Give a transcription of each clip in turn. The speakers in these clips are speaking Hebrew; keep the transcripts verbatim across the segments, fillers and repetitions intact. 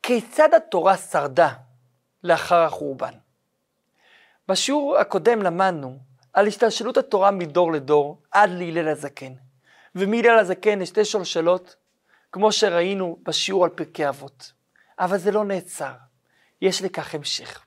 כיצד התורה שרדה לאחר החורבן? בשיעור הקודם למדנו על השתלשלות התורה מדור לדור עד להלל הזקן. ומהלל הזקן יש שתי שלשלות, כמו שראינו בשיעור על פרקי אבות. אבל זה לא נעצר, יש לכך המשך.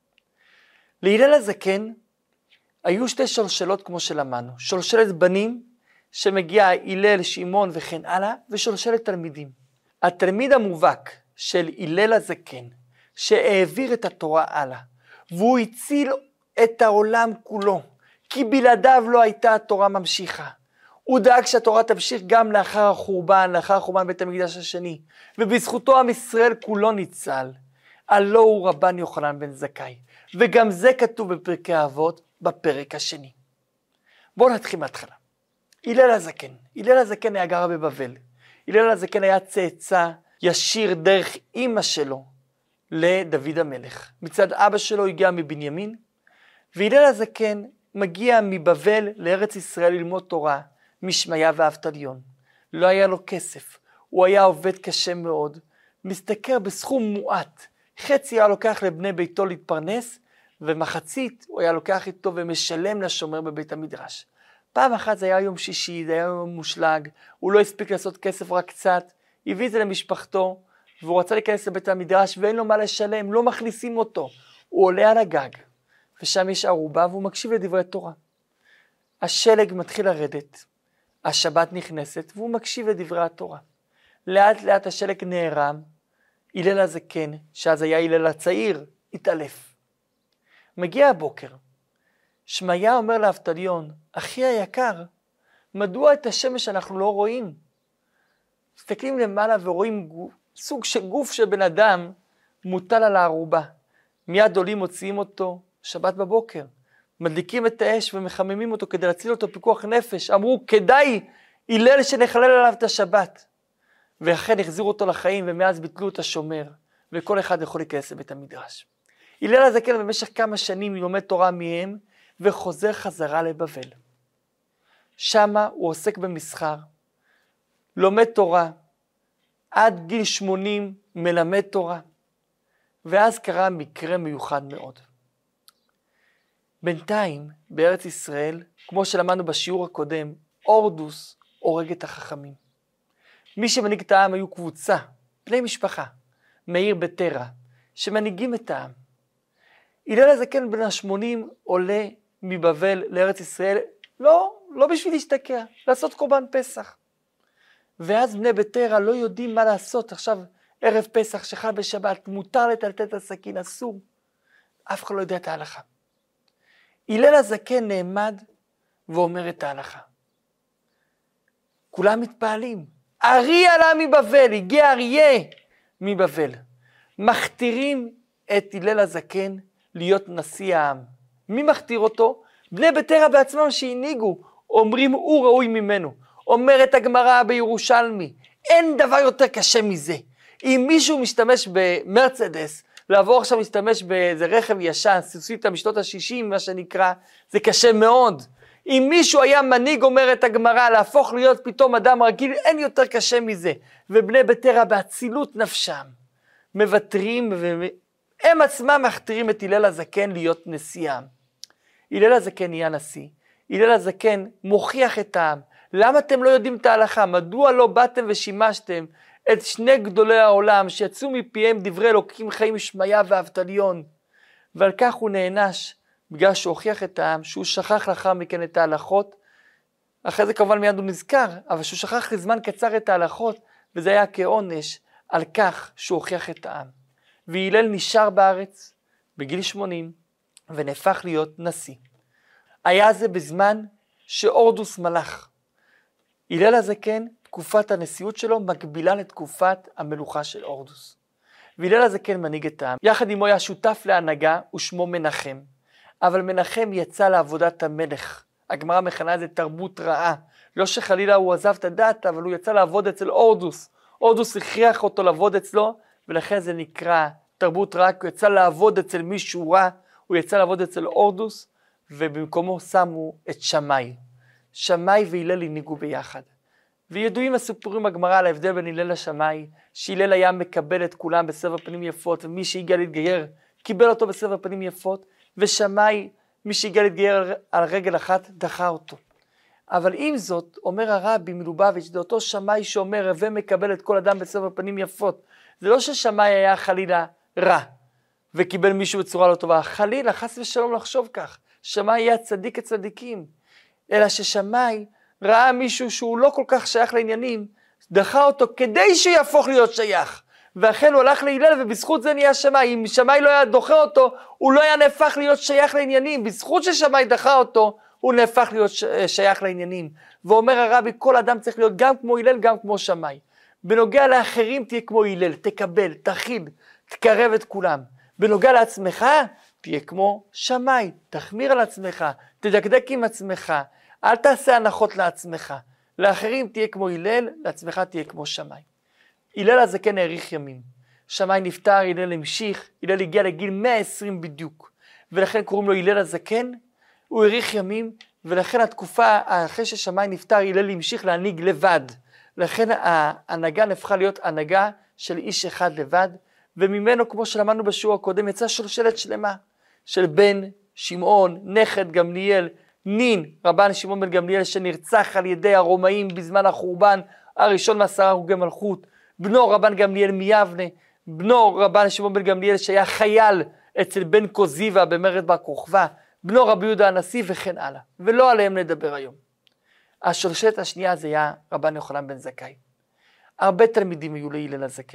להלל הזקן היו שתי שלשלות כמו שלמדנו. שלשלת בנים שמגיע הלל, שמעון וכן הלאה, ושלשלת תלמידים. התלמיד המובהק של הלל הזקן, שהעביר את התורה הלאה, והוא הציל את העולם כולו, כי בלעדיו לא הייתה התורה ממשיכה. הוא דאג שהתורה תמשיך גם לאחר החורבן, לאחר החורבן בית המקדש השני, ובזכותו עם ישראל כולו ניצל. הלא הוא רבן יוחנן בן זכאי, וגם זה כתוב בפרקי אבות בפרק השני. בואו נתחיל מההתחלה. הלל הזקן, הלל הזקן היה גר בבבל. הלל הזקן היה צאצא ישיר דרך אמא שלו לדוד המלך. מצד אבא שלו הגיע מבנימין, והלל הזקן מגיע מבבל לארץ ישראל ללמוד תורה, משמיה ואבטליון. לא היה לו כסף, הוא היה עובד קשה מאוד, משתכר בסכום מועט. חצי היה לוקח לבני ביתו להתפרנס, ומחצית הוא היה לוקח איתו ומשלם לשומר בבית המדרש. פעם אחת זה היה יום שישי, זה היה יום מושלג, הוא לא הספיק לעשות כסף רק קצת, הביא את זה למשפחתו, והוא רצה להיכנס לבית המדרש ואין לו מה לשלם, לא מכניסים אותו. הוא עולה על הגג, ושם יש ערובה והוא מקשיב לדברי תורה. השלג מתחיל לרדת, השבת נכנסת והוא מקשיב לדברי התורה. לאט לאט השלג נערם, הלל הזקן, שאז היה הלל הצעיר, התעלף. מגיע הבוקר, שמעיה אומר לאבטליון, אחי היקר, מדוע את השמש אנחנו לא רואים? מסתכלים למעלה ורואים גוף, סוג של גוף של בן אדם מוטל על הערובה. מיד עולים מוציאים אותו שבת בבוקר, מדליקים את האש ומחממים אותו כדי להציל אותו פיקוח נפש. אמרו כדאי הלל שנחלל עליו את השבת. ואכן החזירו אותו לחיים ומאז ביטלו את השומר וכל אחד יכול להיכנס לבית המדרש. הלל הזקן במשך כמה שנים לומד תורה מהם וחוזר חזרה לבבל. שמה הוא עוסק במסחר, לומד תורה, עד גיל שמונים מלמד תורה, ואז קרה מקרה מיוחד מאוד. בינתיים בארץ ישראל, כמו שלמדנו בשיעור הקודם, הורדוס הורג את החכמים. מי שמנהיג את העם היו קבוצה, בני משפחה, מאיר בטרה, שמנהיגים את העם. הלל הזקן בן השמונים עולה מבבל לארץ ישראל, לא, לא בשביל להשתקע, לעשות קורבן פסח. ואז בני בטרה לא יודעים מה לעשות. עכשיו ערב פסח שחל בשבת, מותר לטלטל את הסכין, אסור. אף אחד לא יודע את ההלכה. הלל הזקן נעמד ואומר את ההלכה. כולם מתפעלים. אריה עלה מבבל, הגיע אריה מבבל. מכתירים את הלל הזקן להיות נשיא העם. מי מכתיר אותו? בני בטרה בעצמם שהנהיגו, אומרים הוא ראוי ממנו. אומרת הגמרא בירושלמי, אין דבר יותר קשה מזה. אם מישהו משתמש במרצדס, לעבור עכשיו להשתמש באיזה רכב ישן, סוסית משנות ה-שישים, מה שנקרא, זה קשה מאוד. אם מישהו היה מנהיג, אומרת הגמרא, להפוך להיות פתאום אדם רגיל, אין יותר קשה מזה. ובני בטרה באצילות נפשם, מבטרים, והם עצמם מכתירים את הלל הזקן להיות נשיאם. הלל הזקן נהיה נשיא. הלל הזקן מוכיח את העם. למה אתם לא יודעים את ההלכה? מדוע לא באתם ושימשתם את שני גדולי העולם שיצאו מפיהם דברי אלוקים חיים, שמעיה ואבטליון? ועל כך הוא נענש, בגלל שהוכיח את העם, שהוא שכח לאחר מכן את ההלכות. אחרי זה כמובן מיד הוא נזכר, אבל שהוא שכח לזמן קצר את ההלכות, וזה היה כעונש על כך שהוא הוכיח את העם. והלל נשאר בארץ בגיל שמונים, ונהפך להיות נשיא. היה זה בזמן שהורדוס מלך. הלל הזקן, תקופת הנשיאות שלו מקבילה לתקופת המלוכה של הורדוס. והלל הזקן מנהיג את העם. יחד עמו היה שותף להנהגה ושמו מנחם. אבל מנחם יצא לעבודת המלך. הגמרא מכנה את זה תרבות רעה. לא שחלילה הוא עזב את הדת, אבל הוא יצא לעבוד אצל הורדוס. הורדוס הכריח אותו לעבוד אצלו, ולכן זה נקרא תרבות רעה, הוא יצא לעבוד אצל מישהו רע, הוא יצא לעבוד אצל הורדוס, ובמקומו שמו את שמאי. שמאי והלל הנהיגו ביחד. וידועים הסיפורים בגמרא על ההבדל בין הלל לשמאי, שהלל היה מקבל את כולם בסבר פנים יפות, ומי שהגיע להתגייר קיבל אותו בסבר פנים יפות, ושמאי, מי שהגיע להתגייר על רגל אחת, דחה אותו. אבל עם זאת, אומר הרבי מלובביץ', זה אותו שמאי שאומר, הווה מקבל את כל אדם בסבר פנים יפות. זה לא ששמאי היה חלילה רע, וקיבל מישהו בצורה לא טובה, חלילה, חס ושלום לחשוב כך. שמאי היה צדיק הצדיקים, אלא ששמאי ראה מישהו שהוא לא כל כך שייך לעניינים, דחה אותו כדי שיהפוך להיות שייך. ואכן הוא הלך להלל ובזכות זה נהיה שמאי. אם שמאי לא היה דוחה אותו, הוא לא היה נהפך להיות שייך לעניינים. בזכות ששמאי דחה אותו, הוא נהפך להיות שייך לעניינים. ואומר הרבי, כל אדם צריך להיות גם כמו הלל, גם כמו שמאי. בנוגע לאחרים תהיה כמו הלל, תקבל, תכיל, תקרב את כולם. בנוגע לעצמך, תהיה כמו שמאי, תחמיר על עצמך, תדקדק עם עצמך, אל תעשה הנחות לעצמך. לאחרים תהיה כמו הלל, לעצמך תהיה כמו שמאי. הלל הזקן האריך ימים. שמאי נפטר, הלל המשיך, הלל הגיע לגיל מאה ועשרים בדיוק. ולכן קוראים לו הלל הזקן, הוא האריך ימים, ולכן התקופה אחרי ששמאי נפטר, הלל המשיך להנהיג לבד. לכן ההנהגה נהפכה להיות הנהגה של איש אחד לבד, וממנו, כמו שלמדנו בשיעור הקודם, יצאה שושלת שלמה של בן שמעון, נכד גמליאל, נין, רבן שמעון בן גמליאל, שנרצח על ידי הרומאים בזמן החורבן הראשון מעשרה הרוגי מלכות, בנו רבן גמליאל מיבנה, בנו רבן שמעון בן גמליאל שהיה חייל אצל בן קוזיבה במרד בר כוכבא, בנו רבי יהודה הנשיא וכן הלאה, ולא עליהם נדבר היום. השושלת השנייה זה היה רבן יוחנן בן זכאי. הרבה תלמידים היו להלל הזקן.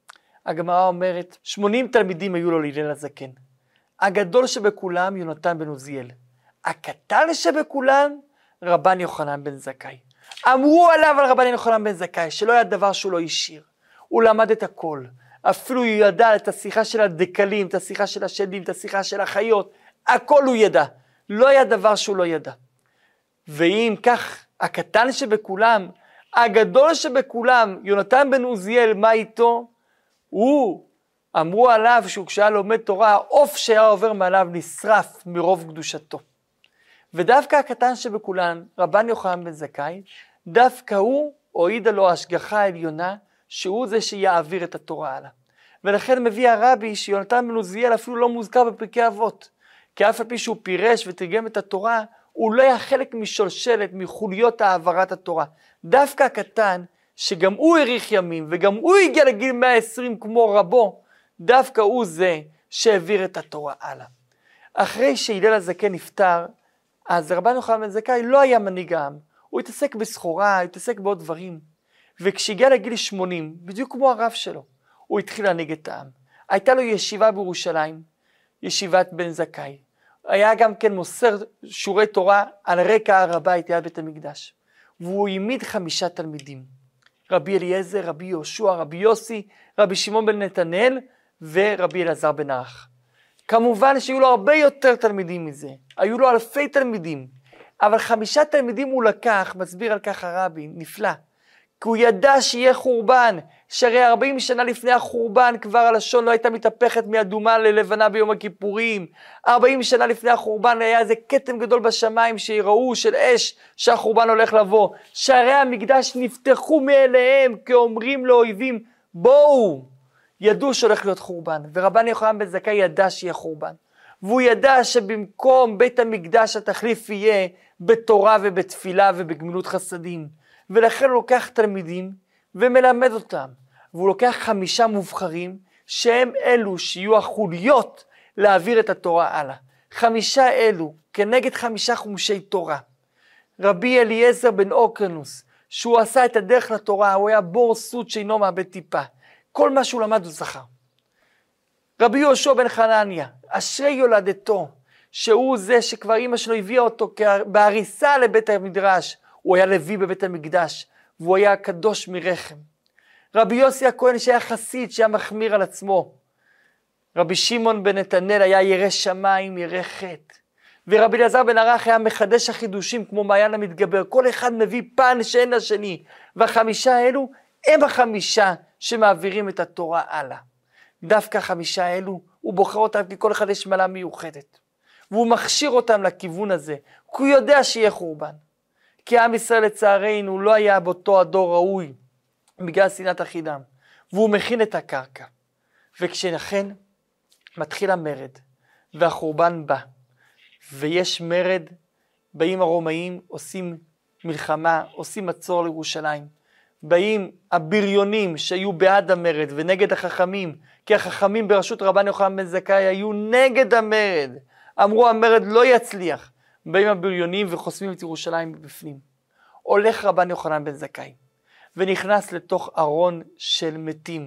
הגמרא אומרת, שמונים תלמידים היו לו להלל הזקן. הגדול שבכולם יונתן בן עוזיאל. הקטן שבכולם רבן יוחנן בן זכאי. אמרו עליו על רבן יוחנן בן זכאי שלא היה דבר שהוא לא השאיר. הוא למד את הכל. אפילו הוא ידע את השיחה של הדקלים, את השיחה של השדים, את השיחה של החיות. הכל הוא ידע. לא היה דבר שהוא לא ידע. ואם כך, הקטן שבכולם, הגדול שבכולם, יונתן בן עוזיאל, מה איתו? הוא, אמרו עליו שהוא כשהיה לומד תורה, העוף שהיה עובר מעליו נשרף מרוב קדושתו. ודווקא הקטן שבכולן, רבן יוחנן בן זכאי, דווקא הוא הועידה לו ההשגחה העליונה, שהוא זה שיעביר את התורה הלאה. ולכן מביא הרבי שיונתן בן עוזיאל אפילו לא מוזכר בפרקי אבות, כי אף על פי שהוא פירש ותרגם את התורה, הוא לא היה חלק משולשלת, מחוליות העברת התורה. דווקא הקטן, שגם הוא האריך ימים, וגם הוא הגיע לגיל מאה ועשרים כמו רבו, דווקא הוא זה שהעביר את התורה הלאה. אחרי שהלל הזקן נפטר, אז רבן יוחנן בן זכאי לא היה מנהיג העם, הוא התעסק בסחורה, הוא התעסק בעוד דברים, וכשהגיע לגיל שמונים, בדיוק כמו הרב שלו, הוא התחיל להנהיג את העם. הייתה לו ישיבה בירושלים, ישיבת בן זכאי, היה גם כן מוסר שורי תורה על רקע הר הבית ליד בית המקדש, והוא העמיד חמישה תלמידים, רבי אליעזר, רבי יהושע, רבי יוסי, רבי שמעון בן נתנאל ורבי אלעזר בן ערך. כמובן שהיו לו הרבה יותר תלמידים מזה, היו לו אלפי תלמידים, אבל חמישה תלמידים הוא לקח, מסביר על כך הרבי, נפלא, כי הוא ידע שיהיה חורבן, שהרי ארבעים שנה לפני החורבן כבר הלשון לא הייתה מתהפכת מאדומה ללבנה ביום הכיפורים, ארבעים שנה לפני החורבן היה איזה כתם גדול בשמיים שיראו של אש שהחורבן הולך לבוא, שערי המקדש נפתחו מאליהם כאומרים לאויבים בואו, ידעו שהולך להיות חורבן, ורבן יוחנן בן זכאי ידע שיהיה חורבן, והוא ידע שבמקום בית המקדש התחליף יהיה בתורה ובתפילה ובגמילות חסדים, ולכן הוא לוקח תלמידים ומלמד אותם, והוא לוקח חמישה מובחרים שהם אלו שיהיו החוליות להעביר את התורה הלאה. חמישה אלו כנגד חמישה חומשי תורה. רבי אליעזר בן אוקרנוס, שהוא עשה את הדרך לתורה, הוא היה בור סוד שאינו מאבד טיפה. כל מה שהוא למד הוא זכר. רבי יהושע בן חנניה, אשרי יולדתו, שהוא זה שכבר אמא שלו הביאה אותו בהריסה לבית המדרש, הוא היה לוי בבית המקדש, והוא היה קדוש מרחם. רבי יוסי הכהן שהיה חסיד, שהיה מחמיר על עצמו. רבי שמעון בן נתנאל היה ירא שמיים, ירא חטא. ורבי אלעזר בן ערך היה מחדש החידושים כמו מעיין המתגבר. כל אחד מביא פן שאין לשני. והחמישה האלו הם החמישה שמעבירים את התורה הלאה. דווקא החמישה האלו, הוא בוחר אותם כי כל אחד יש מעלה מיוחדת. והוא מכשיר אותם לכיוון הזה, כי הוא יודע שיהיה חורבן. כי עם ישראל לצערנו לא היה באותו הדור ראוי בגלל שנאת החידם, והוא מכין את הקרקע. וכשנכן מתחיל המרד והחורבן בא, ויש מרד, באים הרומאים, עושים מלחמה, עושים מצור לירושלים, באים הבריונים שהיו בעד המרד ונגד החכמים, כי החכמים בראשות רבן יוחנן בן זכאי היו נגד המרד, אמרו המרד לא יצליח, באים הבריונים וחוסמים את ירושלים בפנים. הולך רבן יוחנן בן זכאי ונכנס לתוך ארון של מתים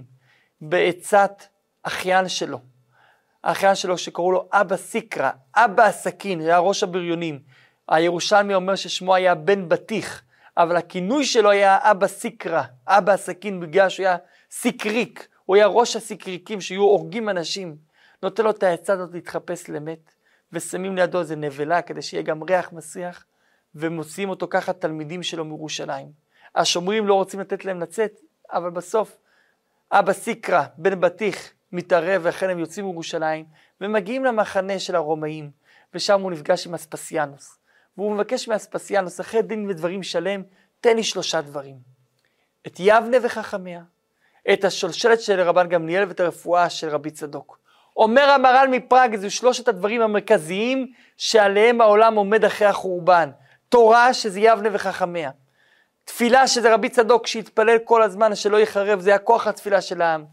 בעצת אחיין שלו, האחיין שלו שקראו לו אבא סיקרא, אבא הסכין, היה ראש הבריונים. הירושלמי אומר ששמו היה בן בטיח, אבל הכינוי שלו היה אבא סיקרא, אבא הסכין, בגלל שהוא היה סיקריק, הוא היה ראש הסיקריקים שהיו הורגים אנשים. נותן לו את העצה הזאת להתחפש למת, ושמים לידו איזה נבלה כדי שיהיה גם ריח מסריח, ומוציאים אותו ככה תלמידים שלו מירושלים. השומרים לא רוצים לתת להם לצאת, אבל בסוף אבא סיקרא, בן בטיח, מתערב, ואכן הם יוצאים מירושלים, ומגיעים למחנה של הרומאים, ושם הוא נפגש עם אספסיאנוס. והוא מבקש מאספסיאנוס, אחרי דין ודברים שלם, תן לי שלושה דברים. את יבנה וחכמיה, את השלשלת של רבן גמליאל ואת הרפואה של רבי צדוק. אומר המהר"ל מפראג, זה שלושת הדברים המרכזיים שעליהם העולם עומד אחרי החורבן. תורה שזה יבנה וחכמיה. תפילה שזה רבי צדוק שהתפלל כל הזמן שלא יחרב, זה הכוח התפילה של העם.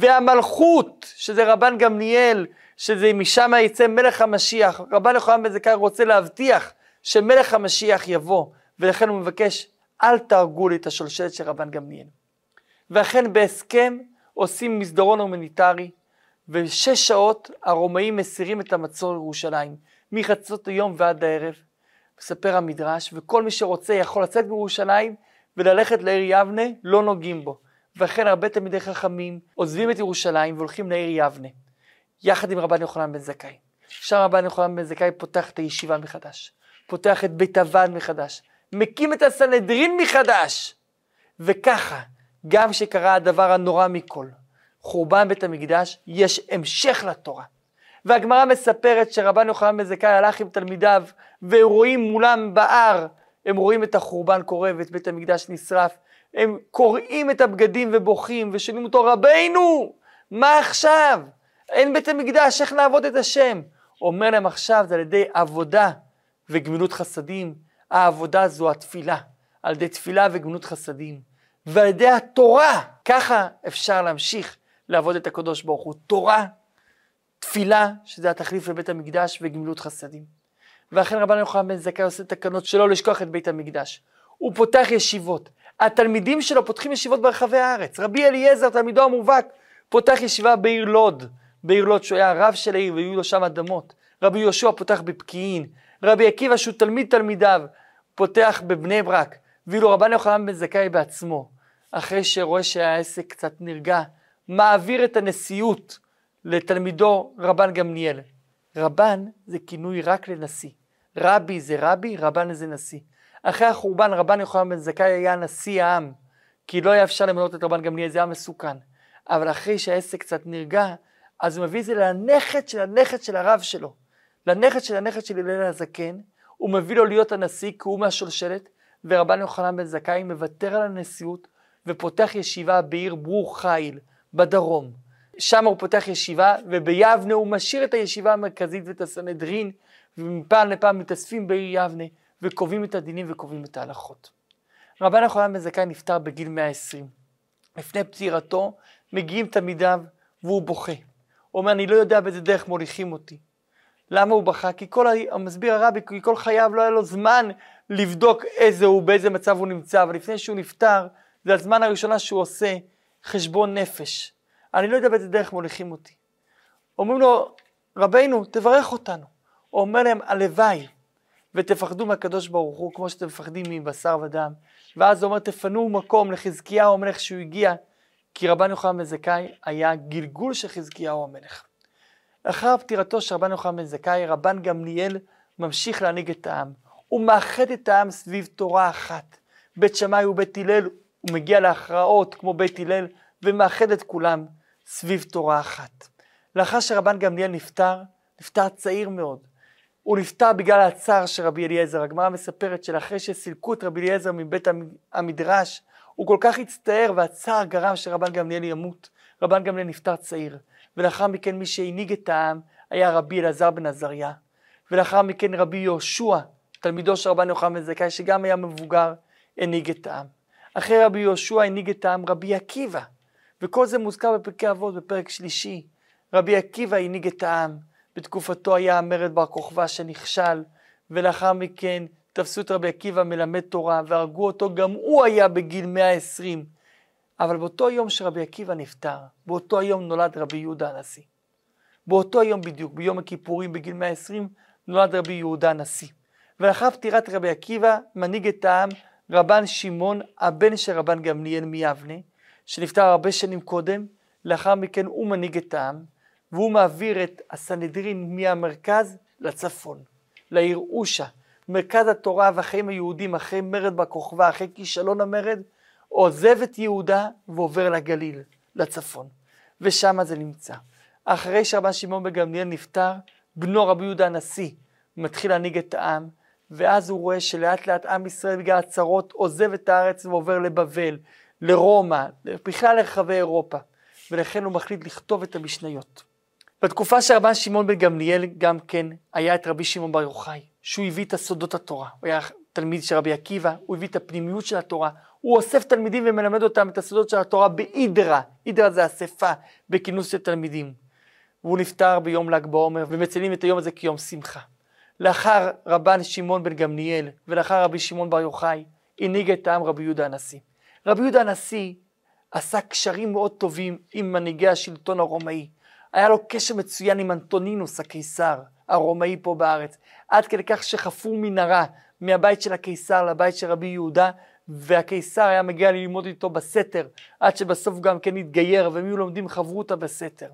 והמלכות שזה רבן גמליאל, שזה משם יצא מלך המשיח. רבן יוחנן בן זכאי רוצה להבטיח שמלך המשיח יבוא, ולכן הוא מבקש, אל תהרגו לי את השלשלת של רבן גמליאל. ואכן בהסכם עושים מסדרון הומניטרי, ושש שעות הרומאים מסירים את המצור לירושלים, מחצות היום ועד הערב, מספר המדרש, וכל מי שרוצה יכול לצאת מירושלים, וללכת לעיר יבנה, לא נוגעים בו. ואכן הרבה תלמידי חכמים עוזבים את ירושלים, והולכים לעיר יבנה, יחד עם רבן יוחנן בן זכאי. שם רבן יוחנן בן זכאי פותח את הישיבה מחדש, פותח את בית הוועד מחדש, מקים את הסנהדרין מחדש. וככה, גם שקרה הדבר הנורא מכל, חורבן בית המקדש, יש המשך לתורה. והגמרא מספרת שרבן יוחנן בן זכאי הלך עם תלמידיו, ורואים מולם בהר, הם רואים את החורבן קורה ואת בית המקדש נשרף, הם קוראים את הבגדים ובוכים ושואלים אותו, רבינו, מה עכשיו? אין בית המקדש, איך נעבוד את השם? אומר להם עכשיו, זה על ידי עבודה וגמילות חסדים. העבודה זו התפילה, על ידי תפילה וגמילות חסדים. ועל ידי התורה, ככה אפשר להמשיך לעבוד את הקדוש ברוך הוא. תורה, תפילה, שזה התחליף לבית המקדש, וגמילות חסדים. ואכן רבן יוחנן בן זכאי עושה תקנות שלא לשכוח את בית המקדש. הוא פותח ישיבות. התלמידים שלו פותחים ישיבות ברחבי הארץ. רבי אליעזר, תלמידו המובהק, פותח ישיבה בעיר לוד. בעיר לוד שהוא היה הרב של העיר והיו לו שם אדמות. רבי יהושע פותח בפקיעין. רבי עקיבא שהוא תלמיד תלמידיו פותח בבני ברק. ואילו רבן יוחנן בן זכאי בעצמו, אחרי שרואה שהעסק קצת נרגע, מעביר את הנשיאות לתלמידו רבן גמליאל. רבן זה כינוי רק לנשיא. רבי זה רבי, רבן זה נשיא. אחרי החורבן רבן יוחנן בן זכאי היה נשיא העם, כי לא היה אפשר למנות את רבן גמליאל, זה היה מסוכן. אבל אחרי שהעסק קצת נרגע, אז הוא מביא את זה לנכד של הנכד של הרב שלו. לנכד של הנכד של הלל הזקן, הוא מביא לו להיות הנשיא, כי הוא מהשלשלת, ורבן יוחנן בן זכאי מוותר על הנשיאות, ופותח ישיבה בעיר ברור חיל, בדרום. שם הוא פותח ישיבה, וביבנה הוא משאיר את הישיבה המרכזית ואת הסנהדרין, ומפעם לפעם מתאספים בעיר יבנה, וקובעים את הדינים וקובעים את ההלכות. רבן יוחנן בן זכאי נפטר בגיל מאה ועשרים. לפני פטירתו מגיעים תלמידיו והוא בוכה. הוא אומר, אני לא יודע באיזה דרך מוליכים אותי. למה הוא בכה? כי כל, המסביר הרבי, כי כל חייו לא היה לו זמן לבדוק איזה הוא, באיזה מצב הוא נמצא, אבל לפני שהוא נפטר, זה הזמן הראשונה שהוא עושה חשבון נפש. אני לא יודע באיזה דרך מוליכים אותי. אומרים לו, רבינו, תברך אותנו. הוא אומר להם, הלוואי, ותפחדו מהקדוש ברוך הוא, כמו שאתם מפחדים מבשר ודם. ואז הוא אומר, תפנו מקום לחזקיהו המלך שהוא הגיע, כי רבן יוחנן בן זכאי היה גלגול של חזקיהו המלך. אחר פטירתו של רבן יוחנן בן זכאי, רבן גמליאל ממשיך להנהיג את העם. הוא מאחד את העם סביב תורה אחת. בית שמאי ובית הלל, הוא מגיע להכרעות כמו בית הלל, ומאחד את כולם סביב תורה אחת. לאחר שרבן גמליאל נפטר, נפטר צעיר מאוד. הוא נפטר בגלל הצער של רבי אליעזר. הגמרא מספרת שאחרי שסילקו את רבי אליעזר מבית המדרש, הוא כל כך הצטער והצער גרם שרבן גמליאל ימות. רבן גמליאל נפטר צעיר, ולאחר מכן מי שהנהיג את העם היה רבי אלעזר בן עזריה, ולאחר מכן רבי יהושע, תלמידו של רבן יוחנן בן זכאי, שגם היה מבוגר, הנהיג את העם. אחרי רבי יהושע הנהיג את העם רבי עקיבא, וכל זה מוזכר בפרקי אבות בפרק שלישי. רבי עקיבא הנהיג את העם, בתקופתו היה המרד בר כוכבא שנכשל, ולאחר מכן תפסו את רבי עקיבא מלמד תורה והרגו אותו, גם הוא היה בגיל מאה ועשרים. אבל באותו יום שרבי עקיבא נפטר, באותו היום נולד רבי יהודה הנשיא. באותו היום בדיוק, ביום הכיפורים בגיל מאה ועשרים, נולד רבי יהודה הנשיא. ולאחר פטירת רבי עקיבא מנהיג את העם רבן שמעון, הבן של רבן גמליאל מיבנה, שנפטר הרבה שנים קודם. לאחר מכן הוא מנהיג את העם, והוא מעביר את הסנהדרין מהמרכז לצפון, לעיר אושה, מרכז התורה והחיים היהודים אחרי מרד בר כוכבא, אחרי כישלון המרד, עוזב את יהודה ועובר לגליל, לצפון, ושם זה נמצא. אחרי שרבן שמעון בן גמליאל נפטר, בנו רבי יהודה הנשיא מתחיל להנהיג את העם, ואז הוא רואה שלאט לאט עם ישראל בגלל הצרות עוזב את הארץ ועובר לבבל, לרומא, בכלל לרחבי אירופה, ולכן הוא מחליט לכתוב את המשניות. בתקופה של רבן שמעון בן גמליאל גם כן היה את רבי שמעון בר יוחאי, שהוא הביא את הסודות התורה. הוא היה תלמיד של רבי עקיבא, הוא הביא את הפנימיות של התורה, הוא אוסף תלמידים ומלמד אותם את הסודות של התורה באידרא, אידרא זה אספה בכינוס של תלמידים. והוא נפטר ביום ל"ג בעומר, ומציינים את היום הזה כיום שמחה. לאחר רבן שמעון בן גמליאל ולאחר רבי שמעון בר יוחאי, הנהיג את העם רבי יהודה הנשיא. רבי יהודה הנשיא עשה קשרים מאוד טובים עם מנהיגי השלטון הרומאי. היה לו קשר מצוין עם אנטונינוס הקיסר הרומאי פה בארץ, עד כדי כך שחפרו מנהרה מהבית של הקיסר לבית של רבי יהודה, והקיסר היה מגיע ללמוד איתו בסתר, עד שבסוף גם כן התגייר, והם היו לומדים חברותא בסתר.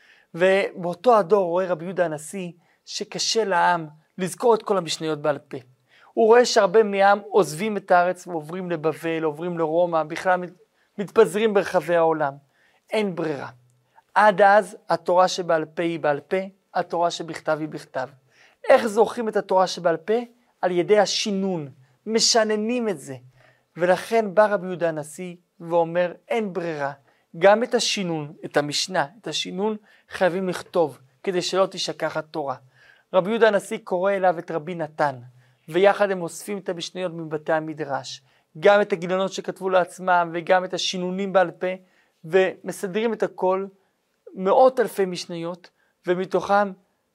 ובאותו הדור רואה רבי יהודה הנשיא שקשה לעם לזכור את כל המשניות בעל פה. הוא רואה שהרבה מהעם עוזבים את הארץ ועוברים לבבל, עוברים לרומא, בכלל מתפזרים ברחבי העולם. אין ברירה. עד אז התורה שבעל פה היא בעל פה, התורה שבכתב היא בכתב. איך זוכרים את התורה שבעל פה? על ידי השינון, משננים את זה. ולכן בא רבי יהודה הנשיא ואומר אין ברירה. גם את השינון, את המשנה, את השינון חייבים לכתוב, כדי שלא תשכח התורה. רבי יהודה הנשיא קורא אליו את רבי נתן, ויחד הם אוספים את המשניות מבתי המדרש, גם את הגיליונות שכתבו לעצמם, וגם את השינונים בעל פה, ומסדרים את הכל, מאות אלפי משניות, ומתוכם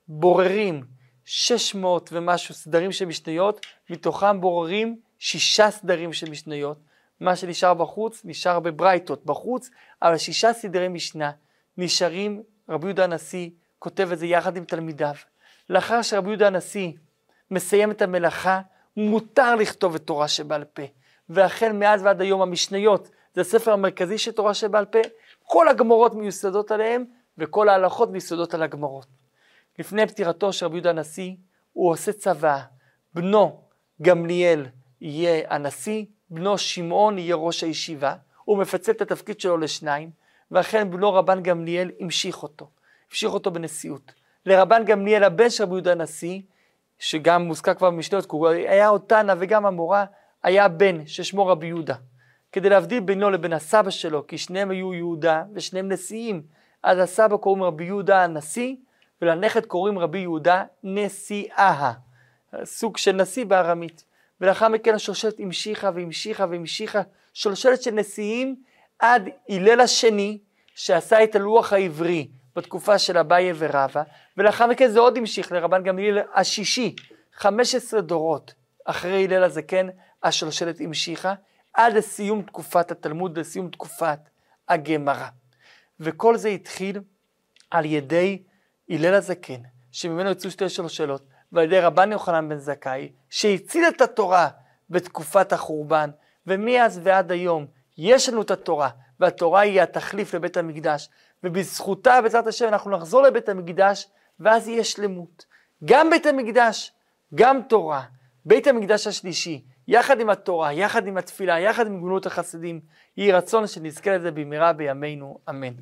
בוררים שש מאות ומשהו סדרים של משניות, מתוכם בוררים שישה סדרים של משניות, מה שנשאר בחוץ, נשאר בברייתות בחוץ, אבל שישה סדרי משנה נשארים. רבי יהודה הנשיא כותב את זה יחד עם תלמידיו. לאחר שרבי יהודה הנשיא מסיים את המלאכה, מותר לכתוב את תורה שבעל פה. ואכן מאז ועד היום המשניות, זה הספר המרכזי של תורה שבעל פה, כל הגמרות מיוסדות עליהם, וכל ההלכות מיוסדות על הגמרות. לפני פטירתו של רבי יהודה הנשיא, הוא עושה צוואה. בנו גמליאל יהיה הנשיא, בנו שמעון יהיה ראש הישיבה, הוא מפצל את התפקיד שלו לשניים, ואכן בנו רבן גמליאל המשיך אותו, המשיך אותו בנשיאות. לרבן גמליאל הבן של רבי יהודה הנשיא, שגם מוזכר כבר במשניות, הוא היה אותנה וגם המורה, היה בן ששמו רבי יהודה. כדי להבדיל בינו לבין הסבא שלו, כי שניהם היו יהודה ושניהם נשיאים, אז הסבא קוראים רבי יהודה הנשיא, ולנכד קוראים רבי יהודה נשיאה, סוג של נשיא בארמית. ולאחר מכן השושלת המשיכה והמשיכה והמשיכה, שושלת של נשיאים עד הלל השני, שעשה את הלוח העברי בתקופה של אביי ורבא, ולאחר מכן זה עוד המשיך לרבן גמליאל השישי, חמש עשרה דורות אחרי הלל הזקן, השושלת המשיכה, עד לסיום תקופת התלמוד, לסיום תקופת הגמרא. וכל זה התחיל על ידי הלל הזקן, שממנו יצאו שתי שלושלות, ועל ידי רבן יוחנן בן זכאי, שהציל את התורה בתקופת החורבן, ומאז ועד היום יש לנו את התורה, והתורה היא התחליף לבית המקדש, ובזכותה בעזרת השם אנחנו נחזור לבית המקדש, ואז יהיה שלמות. גם בית המקדש, גם תורה, בית המקדש השלישי, יחד עם התורה, יחד עם התפילה, יחד עם גמילות החסדים, יהי רצון שנזכה לזה במהרה בימינו, אמן.